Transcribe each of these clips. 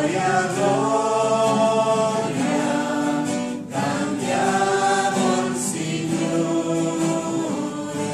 Gloria, gloria, cantiamo al Signore.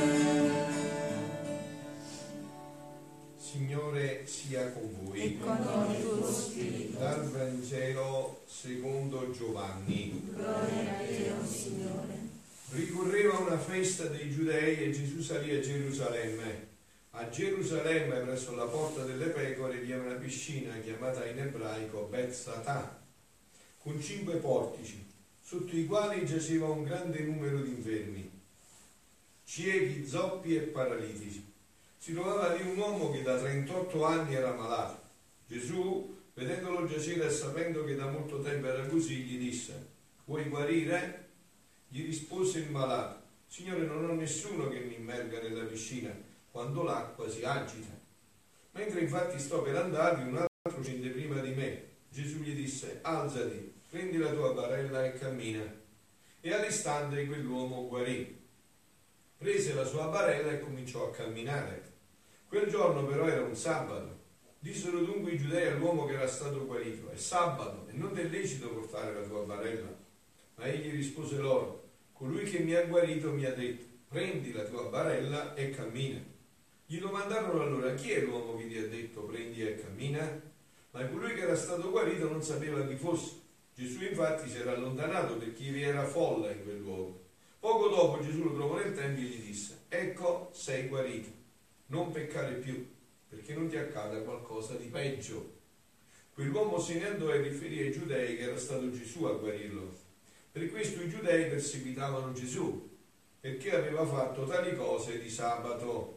Signore sia con voi. E con il tuo spirito. Dal Vangelo secondo Giovanni. Gloria a Dio, Signore. Ricorreva una festa dei Giudei e Gesù salì a Gerusalemme. A Gerusalemme, presso la porta delle pecore, vi è una piscina chiamata in ebraico Betzatà, con 5 portici, sotto i quali giaceva un grande numero di infermi, ciechi, zoppi e paralitici. Si trovava lì un uomo che da 38 anni era malato. Gesù, vedendolo giacere e sapendo che da molto tempo era così, gli disse: vuoi guarire? Gli rispose il malato: Signore, non ho nessuno che mi immerga nella piscina quando l'acqua si agita. Mentre infatti sto per andare, un altro scende prima di me. Gesù gli disse: alzati, prendi la tua barella e cammina. E all'istante quell'uomo guarì. Prese la sua barella e cominciò a camminare. Quel giorno però era un sabato. Dissero dunque i giudei all'uomo che era stato guarito: è sabato e non è lecito portare la tua barella. Ma egli rispose loro: colui che mi ha guarito mi ha detto: prendi la tua barella e cammina. Gli domandarono allora: chi è l'uomo che ti ha detto prendi e cammina? Ma colui che era stato guarito non sapeva chi fosse. Gesù infatti si era allontanato perché vi era folla in quel luogo. Poco dopo Gesù lo trovò nel tempio e gli disse: ecco, sei guarito, non peccare più, perché non ti accada qualcosa di peggio. Quell'uomo se ne andò e riferì ai giudei che era stato Gesù a guarirlo. Per questo i giudei perseguitavano Gesù, perché aveva fatto tali cose di sabato.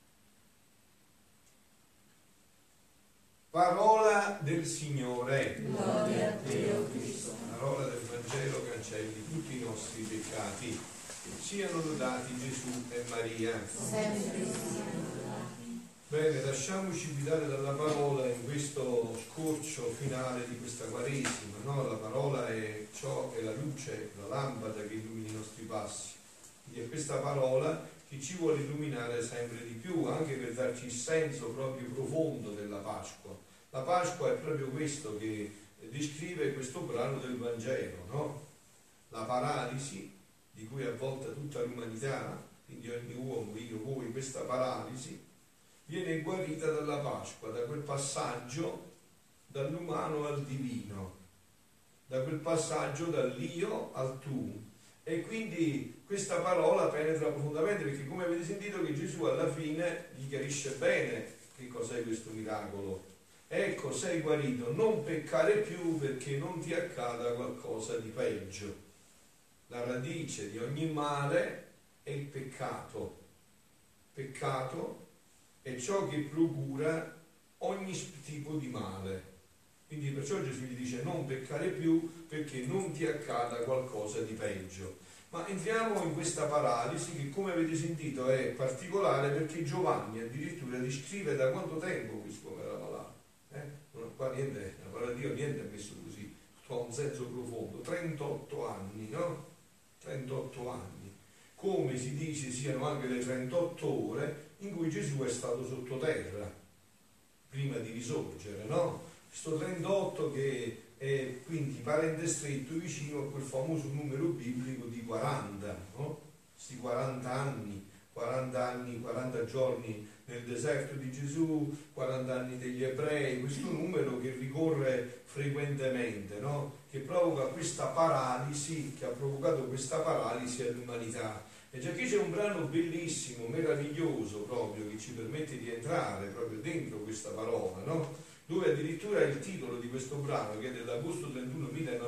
Parola del Signore. Gloria a Dio, Cristo. Parola del Vangelo cancelli tutti i nostri peccati. Siano lodati Gesù e Maria. Sempre siano lodati. Bene, lasciamoci guidare dalla parola in questo scorcio finale di questa Quaresima, no? La parola è ciò, è la luce, la lampada che illumina i nostri passi. Quindi è questa parola che ci vuole illuminare sempre di più, anche per darci il senso proprio profondo della Pasqua. La Pasqua è proprio questo che descrive questo brano del Vangelo, no? La paralisi di cui è avvolta tutta l'umanità, quindi ogni uomo, io, voi, questa paralisi viene guarita dalla Pasqua, da quel passaggio dall'umano al divino, da quel passaggio dall'io al tu. E quindi questa parola penetra profondamente, perché come avete sentito che Gesù alla fine gli chiarisce bene che cos'è questo miracolo. Ecco, sei guarito, non peccare più perché non ti accada qualcosa di peggio. La radice di ogni male è il peccato. Peccato è ciò che procura ogni tipo di male. Quindi perciò Gesù gli dice: non peccare più perché non ti accada qualcosa di peggio. Ma entriamo in questa paralisi che, come avete sentito, è particolare perché Giovanni addirittura descrive da quanto tempo quest'uomo era malato. Qua niente, la parola di Dio niente è messo così, ha un senso profondo. 38 anni, no? 38 anni. Come si dice siano anche le 38 ore in cui Gesù è stato sottoterra prima di risorgere, no? Questo 38 che è quindi parente stretto vicino a quel famoso numero biblico di 40, no? Questi 40 anni, 40 giorni nel deserto di Gesù, 40 anni degli ebrei, questo numero che ricorre frequentemente, no? Che provoca questa paralisi, che ha provocato questa paralisi all'umanità. E già qui c'è un brano bellissimo, meraviglioso proprio, che ci permette di entrare proprio dentro questa parola, no? Dove addirittura il titolo di questo brano, che è dell'agosto 31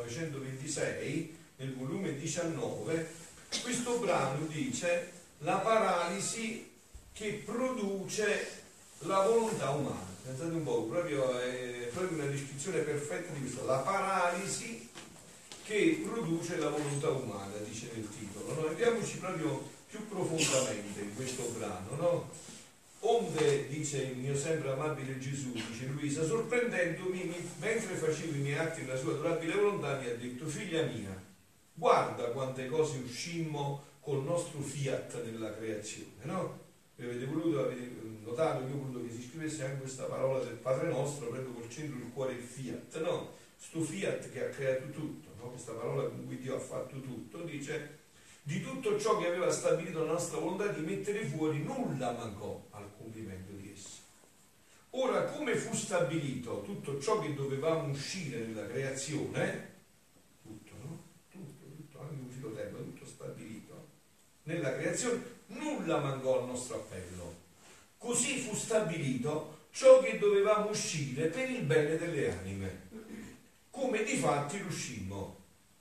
1926, nel volume 19, questo brano dice: la paralisi che produce la volontà umana. Pensate un po', è proprio una descrizione perfetta di questo. La paralisi che produce la volontà umana, dice nel titolo. No? Andiamoci proprio più profondamente in questo brano, no? Onde, dice il mio sempre amabile Gesù, dice Luisa, sorprendendomi mentre facevo i miei atti nella sua adorabile volontà, mi ha detto: figlia mia, guarda quante cose uscimmo col nostro fiat nella creazione, no? avete notato che io ho voluto che si scrivesse anche questa parola del Padre Nostro, prendo col centro il cuore il fiat, no? Sto fiat che ha creato tutto, no? Questa parola con cui Dio ha fatto tutto, dice: di tutto ciò che aveva stabilito la nostra volontà di mettere fuori, nulla mancò al compimento di essa. Ora, come fu stabilito tutto ciò che dovevamo uscire nella creazione, tutto, no? Tutto, anche un filo terra, tutto stabilito nella creazione, nulla mancò al nostro appello. Così fu stabilito ciò che dovevamo uscire per il bene delle anime, come difatti riuscimmo.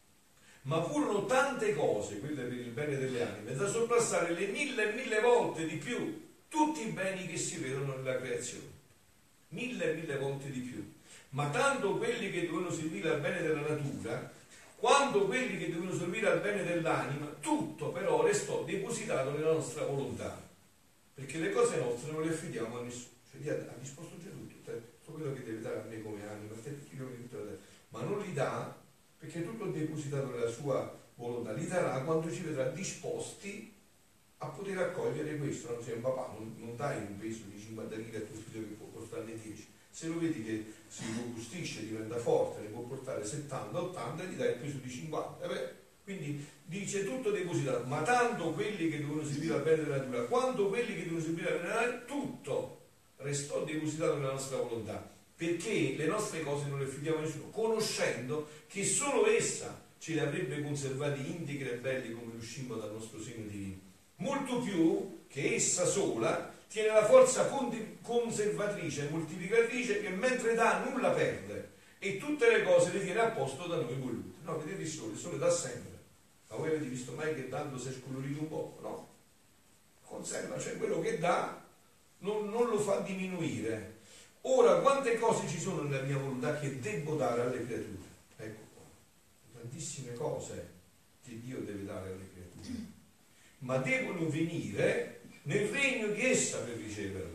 Ma furono tante cose, quelle per il bene delle anime, da sorpassare le 1000 e 1000 volte di più tutti i beni che si vedono nella creazione. 1000 e 1000 volte di più. Ma tanto quelli che dovevano servire al bene della natura, quanto quelli che dovevano servire al bene dell'anima, tutto però restò depositato nella nostra volontà. Perché le cose nostre non le affidiamo a nessuno. Cioè Dio ha disposto già tutto, tutto quello che deve dare a me come anima, a te tutti i giorni di tutta la terra. Ma non li dà perché tutto è depositato nella sua volontà. Li darà quando ci vedrà disposti a poter accogliere questo. Non sei un papà, non dai un peso di 50 kg a tuo figlio che può costarne 10. Se lo vedi che si robustisce, diventa forte, ne può portare 70, 80, gli dai il peso di 50. Quindi dice tutto depositato, ma tanto quelli che devono servire al bene della natura, quanto quelli che devono servire al bene della natura, tutto restò depositato nella nostra volontà, perché le nostre cose non le affidiamo a nessuno, conoscendo che solo essa ce le avrebbe conservati integri e belli come l'uscimmo dal nostro seno divino. Molto più che essa sola tiene la forza conservatrice e moltiplicatrice che mentre dà nulla perde e tutte le cose le tiene a posto da noi volute. No, vedete il sole dà sempre. Ma voi avete visto mai che dando si è scolorito un po'? No. Conserva, cioè quello che dà non lo fa diminuire. Ora, quante cose ci sono nella mia volontà che devo dare alle creature? Ecco qua. Tantissime cose che Dio deve dare alle creature. Ma devono venire nel regno di essa per riceverle.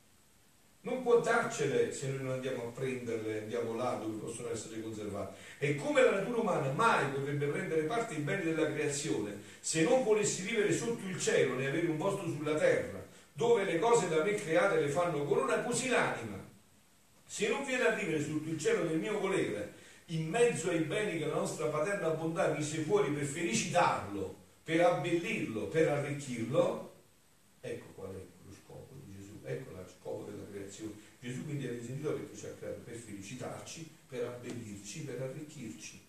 Non può darcele se noi non andiamo a prenderle, andiamo là dove possono essere conservate. E come la natura umana mai potrebbe prendere parte ai beni della creazione se non volessi vivere sotto il cielo né avere un posto sulla terra, dove le cose da me create le fanno corona, così l'anima, se non viene a vivere sotto il cielo del mio volere, in mezzo ai beni che la nostra paterna bontà mise fuori per felicitarlo, per abbellirlo, per arricchirlo, ecco qual è lo scopo di Gesù, ecco lo scopo della creazione. Gesù quindi è risentito perché ci ha creato per felicitarci, per abbellirci, per arricchirci.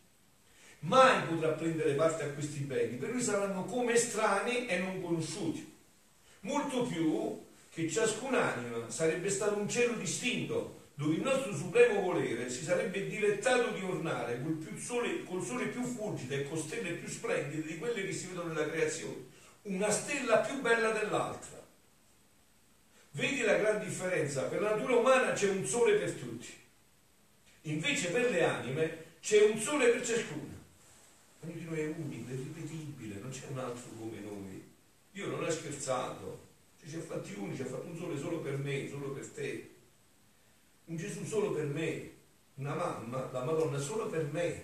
Mai potrà prendere parte a questi beni, per lui saranno come estranei e non conosciuti. Molto più che ciascun'anima sarebbe stato un cielo distinto, dove il nostro supremo volere si sarebbe dilettato di ornare col sole più fulgido e con stelle più splendide di quelle che si vedono nella creazione, una stella più bella dell'altra. Vedi la gran differenza? Per la natura umana c'è un sole per tutti, invece per le anime c'è un sole per ciascuno. Ognuno di noi è unico, è irripetibile, non c'è un altro come noi. Dio non ha scherzato, ci ha fatti unici, ha fatto un sole solo per me, solo per te, un Gesù solo per me, una mamma, la Madonna solo per me.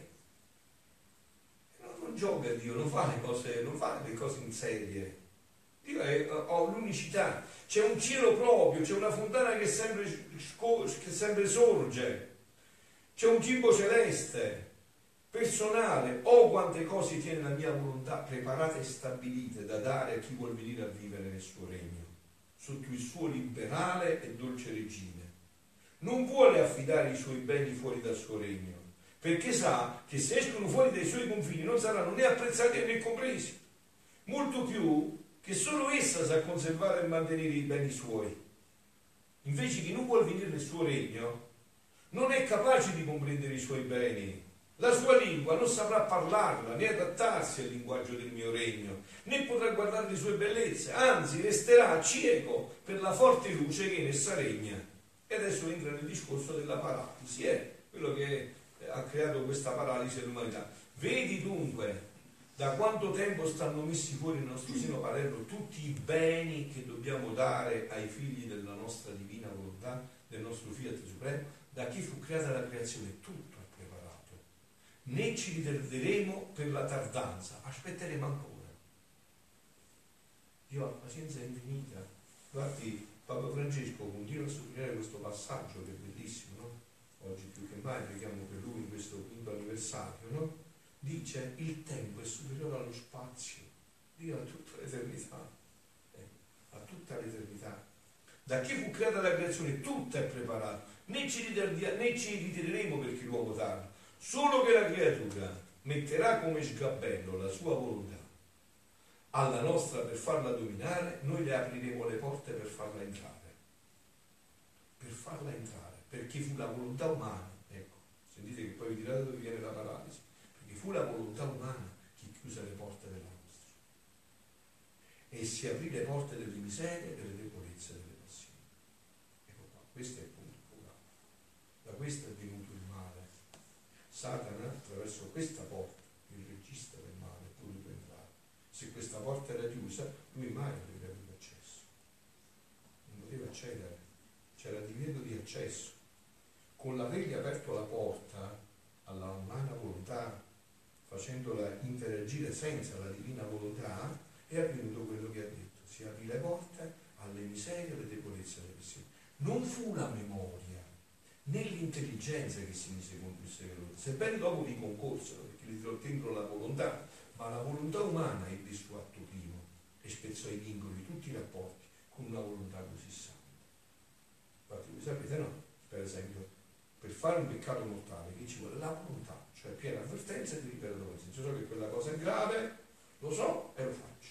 Non gioca Dio, non fa le cose in serie. Dio ho l'unicità, c'è un cielo proprio, c'è una fontana che sempre sorge, c'è un cibo celeste, personale. Oh, quante cose tiene la mia volontà preparate e stabilite da dare a chi vuol venire a vivere nel suo regno, sotto il suo liberale e dolce regime. Non vuole affidare i suoi beni fuori dal suo regno, perché sa che se escono fuori dai suoi confini non saranno né apprezzati né compresi. Molto più che solo essa sa conservare e mantenere i beni suoi. Invece chi non vuol venire nel suo regno non è capace di comprendere i suoi beni. La sua lingua non saprà parlarla né adattarsi al linguaggio del mio regno, né potrà guardare le sue bellezze, anzi resterà cieco per la forte luce che in essa regna. E adesso entra nel discorso della paralisi, quello che ha creato questa paralisi dell'umanità. Vedi dunque da quanto tempo stanno messi fuori nel nostro seno paterno tutti i beni che dobbiamo dare ai figli della nostra divina volontà, del nostro Fiat Supremo, da chi fu creata la creazione, tutto è preparato. Né ci ritarderemo per la tardanza, aspetteremo ancora. Dio ha pazienza infinita, Infatti Papa Francesco continua a sottolineare questo passaggio che è bellissimo, no? Oggi più che mai preghiamo per lui in questo quinto anniversario, no? Dice: il tempo è superiore allo spazio, Dio a tutta l'eternità, a tutta l'eternità. Da che fu creata la creazione tutta è preparata, né ci ritireremo perché l'uomo tarda, solo che la creatura metterà come sgabello la sua volontà alla nostra per farla dominare, noi le apriremo le porte per farla entrare, perché fu la volontà umana, ecco, sentite che poi vi dirate dove viene la paralisi, perché fu la volontà umana che chiuse le porte della nostra e si aprì le porte delle miserie e delle debolezze delle passioni. Ecco qua, questo è il punto focale, da questo è venuto il male. Satana attraverso questa porta, il regista del male, è potuto entrare. Se questa porta era chiusa, lui mai avrebbe avuto accesso, non poteva accedere, c'era divieto di accesso. Con l'avergli aperto la porta alla umana volontà, facendola interagire senza la divina volontà, è avvenuto quello che ha detto: si aprì le porte alle miserie e alle debolezze delle persone. Non fu la memoria né l'intelligenza che si mise contro il segreto, sebbene dopo vi concorsero, perché gli tirò dentro la volontà, ma la volontà umana ebbe il suo atto primo e spezzò i vincoli, tutti i rapporti con una volontà così santa. Infatti voi sapete, no? Per esempio, per fare un peccato mortale che ci vuole la volontà, cioè piena avvertenza e di ripetere dopo. Se so che quella cosa è grave, lo so e lo faccio.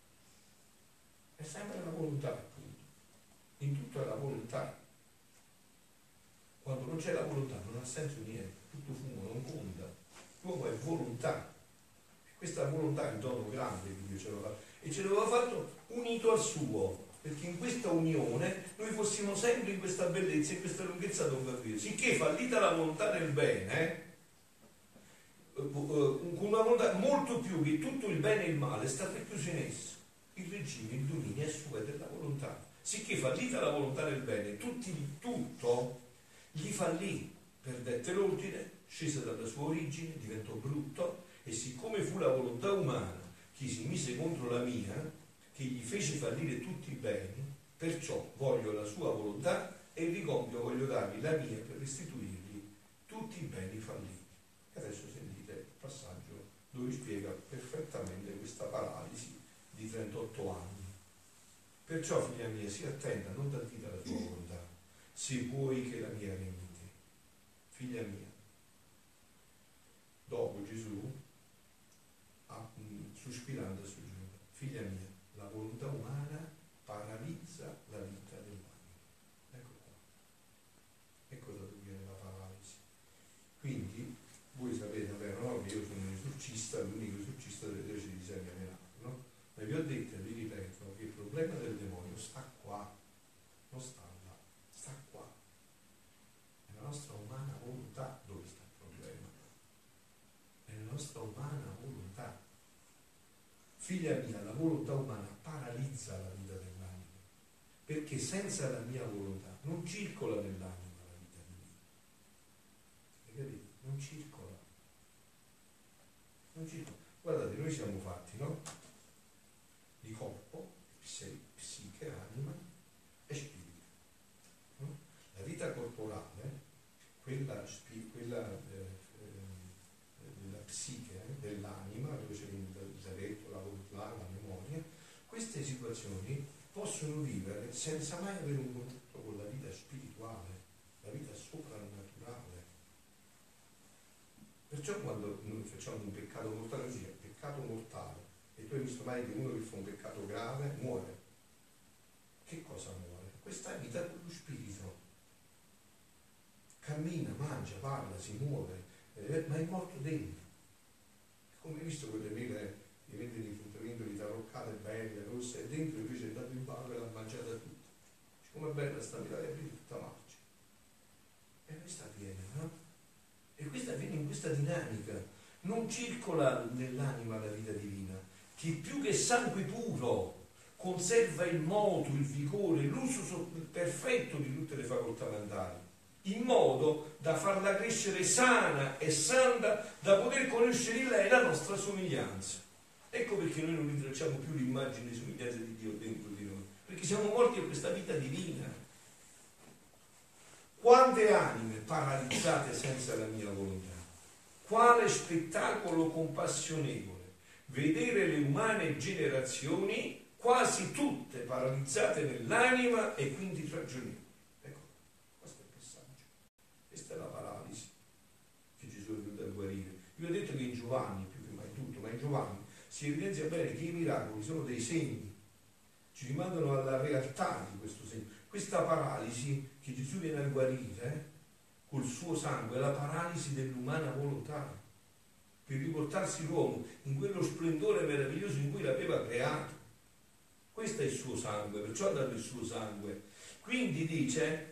È sempre la volontà, appunto. In tutto è la volontà. Quando non c'è la volontà non ha senso niente, tutto fumo, non conta. L'uomo è volontà. Questa volontà è un dono grande che Dio ce l'aveva fatto, e ce l'aveva fatto unito al suo, perché in questa unione noi fossimo sempre in questa bellezza e in questa lunghezza d'onore. Sicché fallita la volontà del bene, con una volontà molto più che tutto il bene e il male sta chiuso in esso. Il regime, il dominio è suo, è della volontà. Sicché fallita la volontà del bene, tutto gli fallì, perdette l'ordine, scese dalla sua origine, diventò brutto. E siccome fu la volontà umana che si mise contro la mia, che gli fece fallire tutti i beni, perciò voglio la sua volontà e il ricompio voglio dargli la mia per restituirgli tutti i beni falliti. E adesso sentite il passaggio dove spiega perfettamente questa paralisi di 38 anni. Perciò, figlia mia, sii attenta, non t'addita alla tua volontà, se vuoi che la mia regni in te. Figlia mia, dopo Gesù, sospirando soggiunge: figlia mia, la volontà umana paralizza la vita dell'anima. Ecco qua, ecco da dove viene la paralisi. Quindi voi sapete, vero, no? Che io sono un esorcista, l'unico esorcista delle diocesi di Sevia Menaro, no? Ma vi ho detto e vi ripeto che il problema del demonio sta qua, non sta là, sta qua. È la nostra umana volontà dove sta il problema. È la nostra umana volontà. Figlia mia, la volontà umana paralizza la vita dell'anima, perché senza la mia volontà non circola nell'anima la vita divina. Capite? Non circola. Non circola. Guardate, noi siamo fatti, no? Di corpo, psiche, anima e spirito. No? La vita corporale, quella della psiche, dell'anima, dove c'è il detto, la volontà, la memoria, queste situazioni possono vivere senza mai avere un contatto con la vita spirituale, la vita soprannaturale. Perciò quando noi facciamo un peccato mortale, così è peccato mortale, e tu hai visto mai che uno che fa un peccato grave muore? Che cosa muore? Questa vita con lo spirito. Cammina, mangia, parla, si muove, ma è morto dentro. Come hai visto quelle mele di fruttivendoli taroccate belle, rosse, e dentro invece è andato in ballo e l'ha mangiata tutta. Come è bella sta vita, è tutta marcia. E questa avviene, no? E questa avviene in questa dinamica. Non circola nell'anima la vita divina, che più che sangue puro conserva il moto, il vigore, l'uso perfetto di tutte le facoltà mentali, in modo da farla crescere sana e santa, da poter conoscere in lei la nostra somiglianza. Ecco perché noi non ritracciamo più l'immagine e somiglianza di Dio dentro di noi, perché siamo morti a questa vita divina. Quante anime paralizzate senza la mia volontà? Quale spettacolo compassionevole vedere le umane generazioni quasi tutte paralizzate nell'anima e quindi irragionevoli. Ecco, questo è il passaggio. Questa è la paralisi che Gesù è venuto a guarire. Vi ho detto che in Giovanni, più che mai tutto, ma in Giovanni si evidenzia bene che i miracoli sono dei segni, ci rimandano alla realtà di questo segno. Questa paralisi che Gesù viene a guarire col suo sangue è la paralisi dell'umana volontà, per riportarsi l'uomo in quello splendore meraviglioso in cui l'aveva creato. Questo è il suo sangue, perciò ha dato il suo sangue. Quindi dice,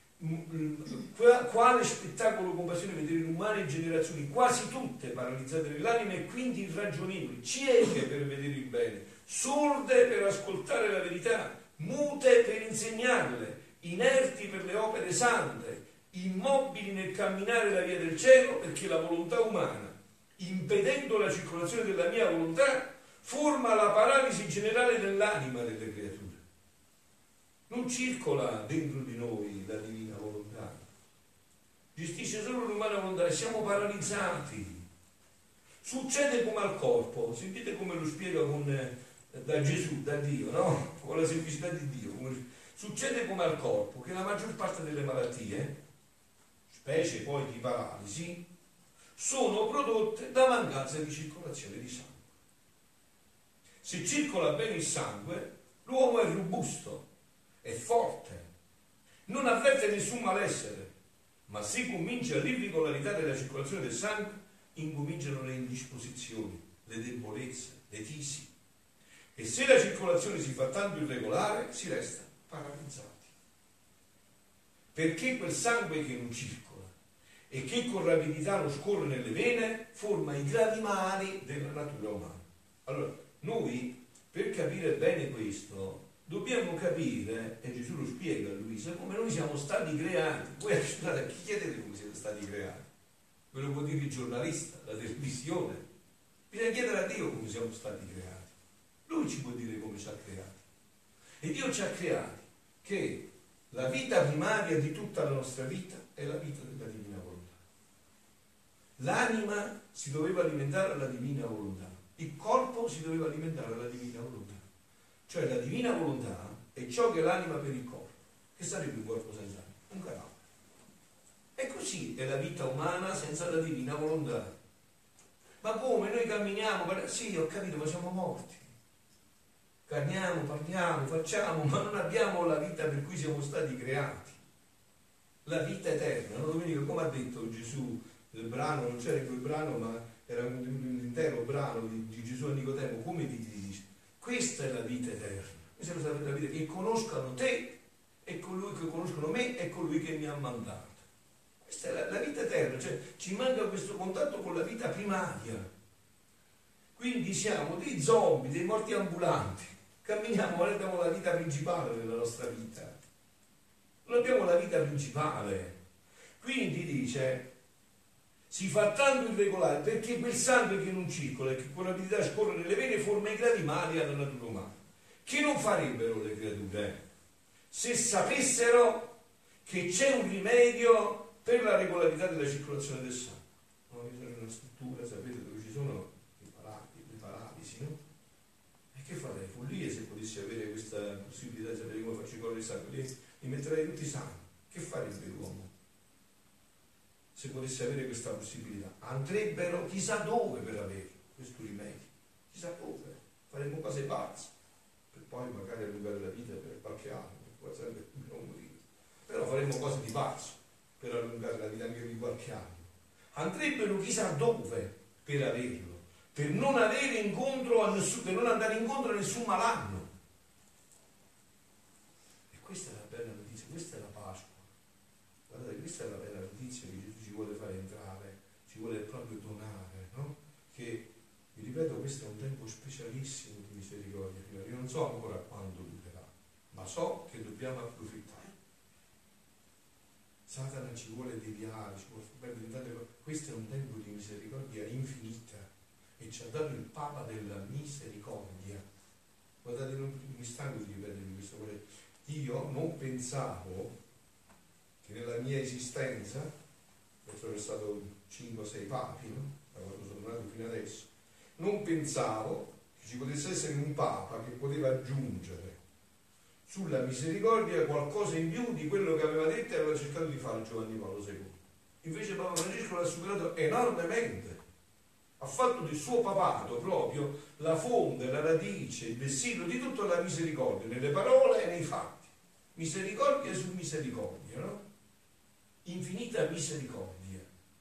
quale spettacolo compassione vedere le umane generazioni, quasi tutte paralizzate nell'anima e quindi irragionevoli, cieche per vedere il bene, sorde per ascoltare la verità, mute per insegnarle, inerti per le opere sante, immobili nel camminare la via del cielo, perché la volontà umana, impedendo la circolazione della mia volontà, forma la paralisi generale dell'anima delle creature. Non circola dentro di noi la divina volontà, gestisce solo l'umana volontà e siamo paralizzati. Succede come al corpo, sentite come lo spiega da Gesù, da Dio, no? Con la semplicità di Dio. Succede come al corpo, che la maggior parte delle malattie, specie poi di paralisi, sono prodotte da mancanza di circolazione di sangue. Se circola bene il sangue, l'uomo è robusto, è forte, non avverte nessun malessere, ma se comincia l'irregolarità della circolazione del sangue, incominciano le indisposizioni, le debolezze, le tisi. E se la circolazione si fa tanto irregolare, si resta paralizzati. Perché quel sangue che non circola e che con rapidità non scorre nelle vene forma i gravi mali della natura umana. Allora, noi per capire bene questo dobbiamo capire, e Gesù lo spiega a Luisa, come noi siamo stati creati. Voi scusate, a chi chiedete come siete stati creati? Ve lo può dire il giornalista, la televisione. Bisogna chiedere a Dio come siamo stati creati. Lui ci può dire come ci ha creati. E Dio ci ha creati che la vita primaria di tutta la nostra vita è la vita della divina volontà. L'anima si doveva alimentare alla divina volontà, il corpo si doveva alimentare alla divina volontà. Cioè la divina volontà è ciò che è l'anima per il corpo. Che sarebbe un corpo senza anima? Un cadavere. E così è la vita umana senza la divina volontà. Ma come? Noi camminiamo, sì, ho capito, ma siamo morti. Camminiamo, parliamo, facciamo, ma non abbiamo la vita per cui siamo stati creati. La vita eterna. No? Domenica, come ha detto Gesù, il brano, non c'era quel brano, ma era un intero brano di Gesù a Nicodemo, come ti dice? Questa è la vita eterna. Questa è la vita che conoscano te e colui che conoscono me e colui che mi ha mandato. Questa è la vita eterna, cioè ci manca questo contatto con la vita primaria. Quindi siamo dei zombie, dei morti ambulanti. Camminiamo, ma non abbiamo la vita principale della nostra vita. Non abbiamo la vita principale. Quindi dice, si fa tanto irregolare perché quel sangue che non circola e che con rapidità scorre nelle vene forma i gravi mali alla natura umana. Che non farebbero le creature se sapessero che c'è un rimedio per la regolarità della circolazione del sangue. No, in una struttura, sapete dove ci sono le paralisi, no? E che farei? Follia se potessi avere questa possibilità di sapere come faccio correre il sangue, li metterei tutti sani. Che farebbe l'uomo se potesse avere questa possibilità? Andrebbero chissà dove per avere questo rimedio, chissà dove, faremmo cose pazze per poi magari allungare la vita per qualche anno, poi sarebbe non morire, però faremmo cose di pazzo per allungare la vita anche di qualche anno. Andrebbero chissà dove per averlo, per non avere incontro a nessuno, per non andare incontro a nessun malanno. E questa è la bella notizia, questa è la Pasqua. Guardate, questa è la bella notizia che Gesù ci vuole fare entrare, ci vuole proprio donare, no? Che, vi ripeto, questo è un tempo specialissimo di misericordia. Io non so ancora quando durerà, ma so che dobbiamo approfittare. Satana ci vuole deviare, ci vuole fare tante cose. Questo è un tempo di misericordia infinita e ci ha dato il Papa della misericordia. Guardate, non mi stanco di ripetere questo concetto. Io non pensavo che nella mia esistenza, ho attraversato 5-6 papi, no? Da quando sono nato fino adesso, non pensavo che ci potesse essere un papa che poteva aggiungere sulla misericordia qualcosa in più di quello che aveva detto e aveva cercato di fare Giovanni Paolo II. Invece Papa Francesco l'ha superato enormemente. Ha fatto del suo papato proprio la fonte, la radice, il vestito di tutta la misericordia, nelle parole e nei fatti. Misericordia su misericordia, no? Infinita misericordia.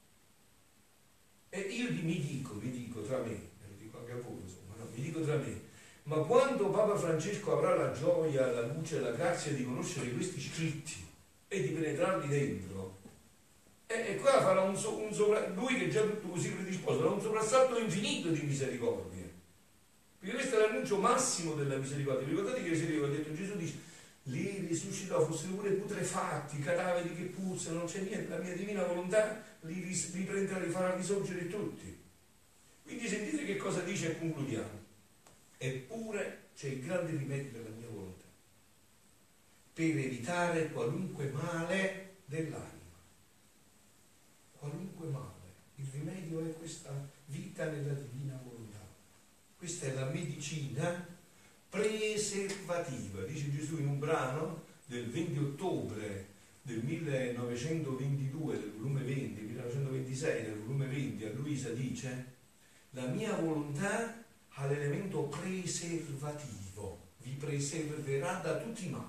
E io mi dico tra me, e lo dico anche a voi, insomma, no? Mi dico tra me, ma quando Papa Francesco avrà la gioia, la luce, la grazia di conoscere questi scritti e di penetrarli dentro, e qua farà lui che è già tutto così predisposto, farà un soprassalto infinito di misericordia. Perché questo è l'annuncio massimo della misericordia. Vi ricordate che ieri ho detto, Gesù dice, li risuscitò, fossero pure putrefatti, cadaveri che puzzano, non c'è niente, la mia divina volontà li riprenderà, li farà risorgere tutti. Quindi sentite che cosa dice e concludiamo. Eppure c'è il grande rimedio della mia volontà, per evitare qualunque male dell'anima. Qualunque male. Il rimedio è questa vita nella divina volontà. Questa è la medicina preservativa. Dice Gesù in un brano del 20 ottobre del 1922, del volume 20, 1926, del volume 20, a Luisa dice: la mia volontà ha l'elemento preservativo, vi preserverà da tutti i mali.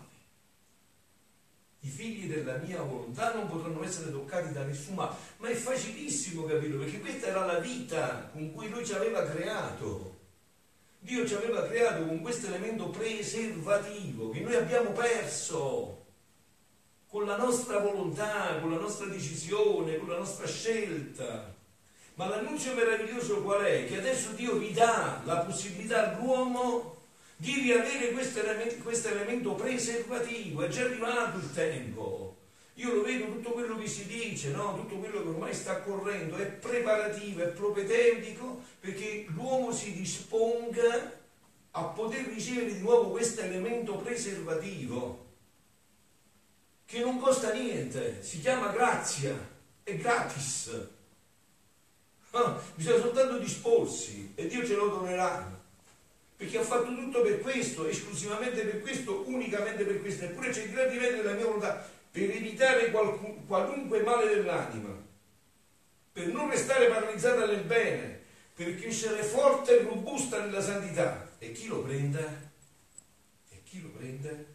I figli della mia volontà non potranno essere toccati da nessun male. Ma è facilissimo capirlo, perché questa era la vita con cui lui ci aveva creato. Dio ci aveva creato con questo elemento preservativo che noi abbiamo perso con la nostra volontà, con la nostra decisione, con la nostra scelta. Ma l'annuncio meraviglioso qual è? Che adesso Dio ridà la possibilità all'uomo di riavere questo elemento preservativo. È già arrivato il tempo. Io lo vedo, tutto quello che si dice, no? Tutto quello che ormai sta correndo è preparativo, è propedeutico perché l'uomo si disponga a poter ricevere di nuovo questo elemento preservativo che non costa niente, si chiama grazia, è gratis. Bisogna soltanto disporsi e Dio ce lo donerà, perché ha fatto tutto per questo, esclusivamente per questo, unicamente per questo. Eppure c'è il grande livello della mia volontà per evitare qualunque male dell'anima, per non restare paralizzata nel bene, per crescere forte e robusta nella santità. E chi lo prende? E chi lo prende?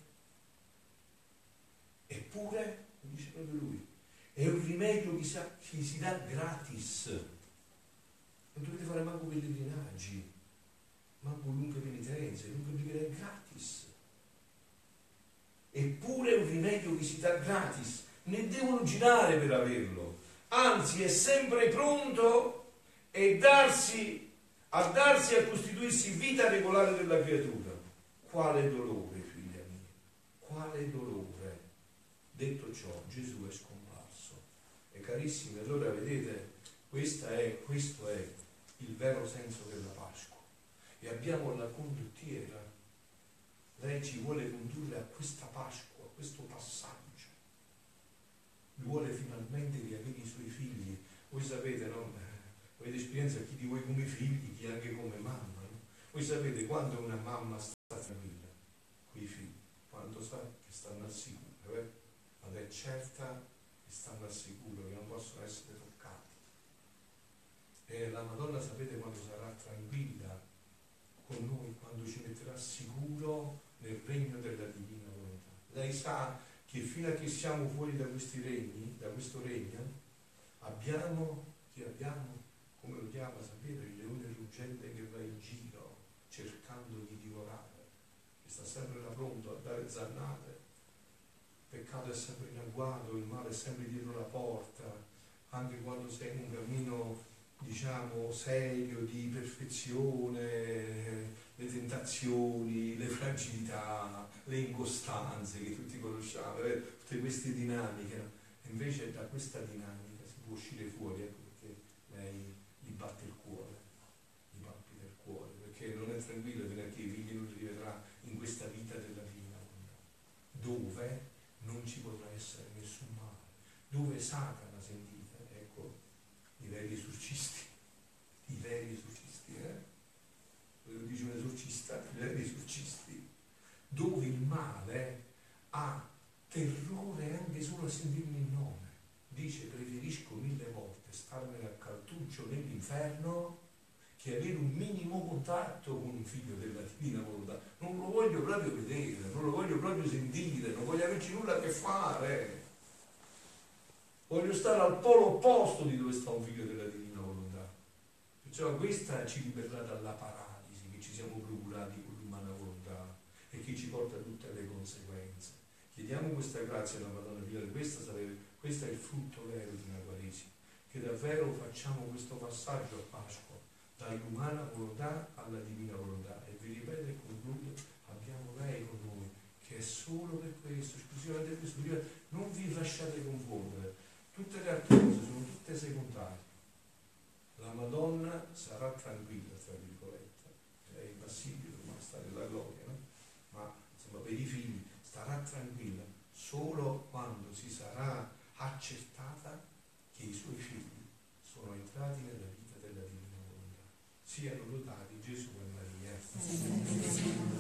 Eppure, dice proprio lui, è un rimedio che si dà gratis. Non dovete fare manco pellegrinaggi, manco lunghe penitenze, lunghe preghiere, gratis. Eppure è un rimedio che si dà gratis, ne devono girare per averlo, anzi è sempre pronto a darsi a costituirsi vita regolare della creatura. Quale dolore, figlia mia, quale dolore. Detto ciò, Gesù è scomparso. E carissimi, allora vedete, questo è il vero senso della Pasqua. E abbiamo la condottiera. Lei ci vuole condurre a questa Pasqua, a questo passaggio. Vuole finalmente riavere i suoi figli. Voi sapete, no? Avete esperienza chi di voi come figli, chi anche come mamma. No? Voi sapete quando una mamma sta tranquilla con i figli, quando sa che stanno al sicuro, ma è certa che stanno al sicuro, che non possono essere toccati. E la Madonna sapete quando sarà tranquilla con noi, quando ci metterà sicuro nel regno della divina volontà. Lei sa che fino a che siamo fuori da questi regni, da questo regno, abbiamo, come lo chiama, sapete, il leone ruggente che va in giro cercando di divorare, che sta sempre là pronto a dare zannate. Il peccato è sempre in agguato, il male è sempre dietro la porta, anche quando sei in un cammino, diciamo, serio di perfezione, le tentazioni, le fragilità, le incostanze che tutti conosciamo, tutte queste dinamiche. No? Invece da questa dinamica si può uscire fuori, ecco perché lei gli batte il cuore, gli palpita il cuore, perché non è tranquilla fino a che i figli non li rivedrà esorcisti, i veri esorcisti, lo dice un esorcista, i veri esorcisti, dove il male ha terrore anche solo a sentirmi il nome. Dice: preferisco 1000 volte starmene a caltuccio nell'inferno che avere un minimo contatto con un figlio della divina volontà. Non lo voglio proprio vedere, non lo voglio proprio sentire, non voglio averci nulla a che fare. Voglio stare al polo opposto di dove sta un figlio della divina volontà. Perciò questa ci libera dalla paralisi che ci siamo procurati con l'umana volontà e che ci porta a tutte le conseguenze. Chiediamo questa grazia alla Madonna Figlia, questo è il frutto vero di una Quaresima, che davvero facciamo questo passaggio a Pasqua dall'umana volontà alla divina volontà. E vi ripeto e concludo: abbiamo lei con noi, che è solo per questo, esclusivamente per questo. Non vi lasciate confondere, tutte le altre cose sono tutte secondarie. La Madonna sarà tranquilla, tra virgolette, è impassibile, ma sta nella gloria, no? Ma insomma, per i figli starà tranquilla solo quando si sarà accertata che i suoi figli sono entrati nella vita della divina volontà. Siano lodati Gesù e Maria.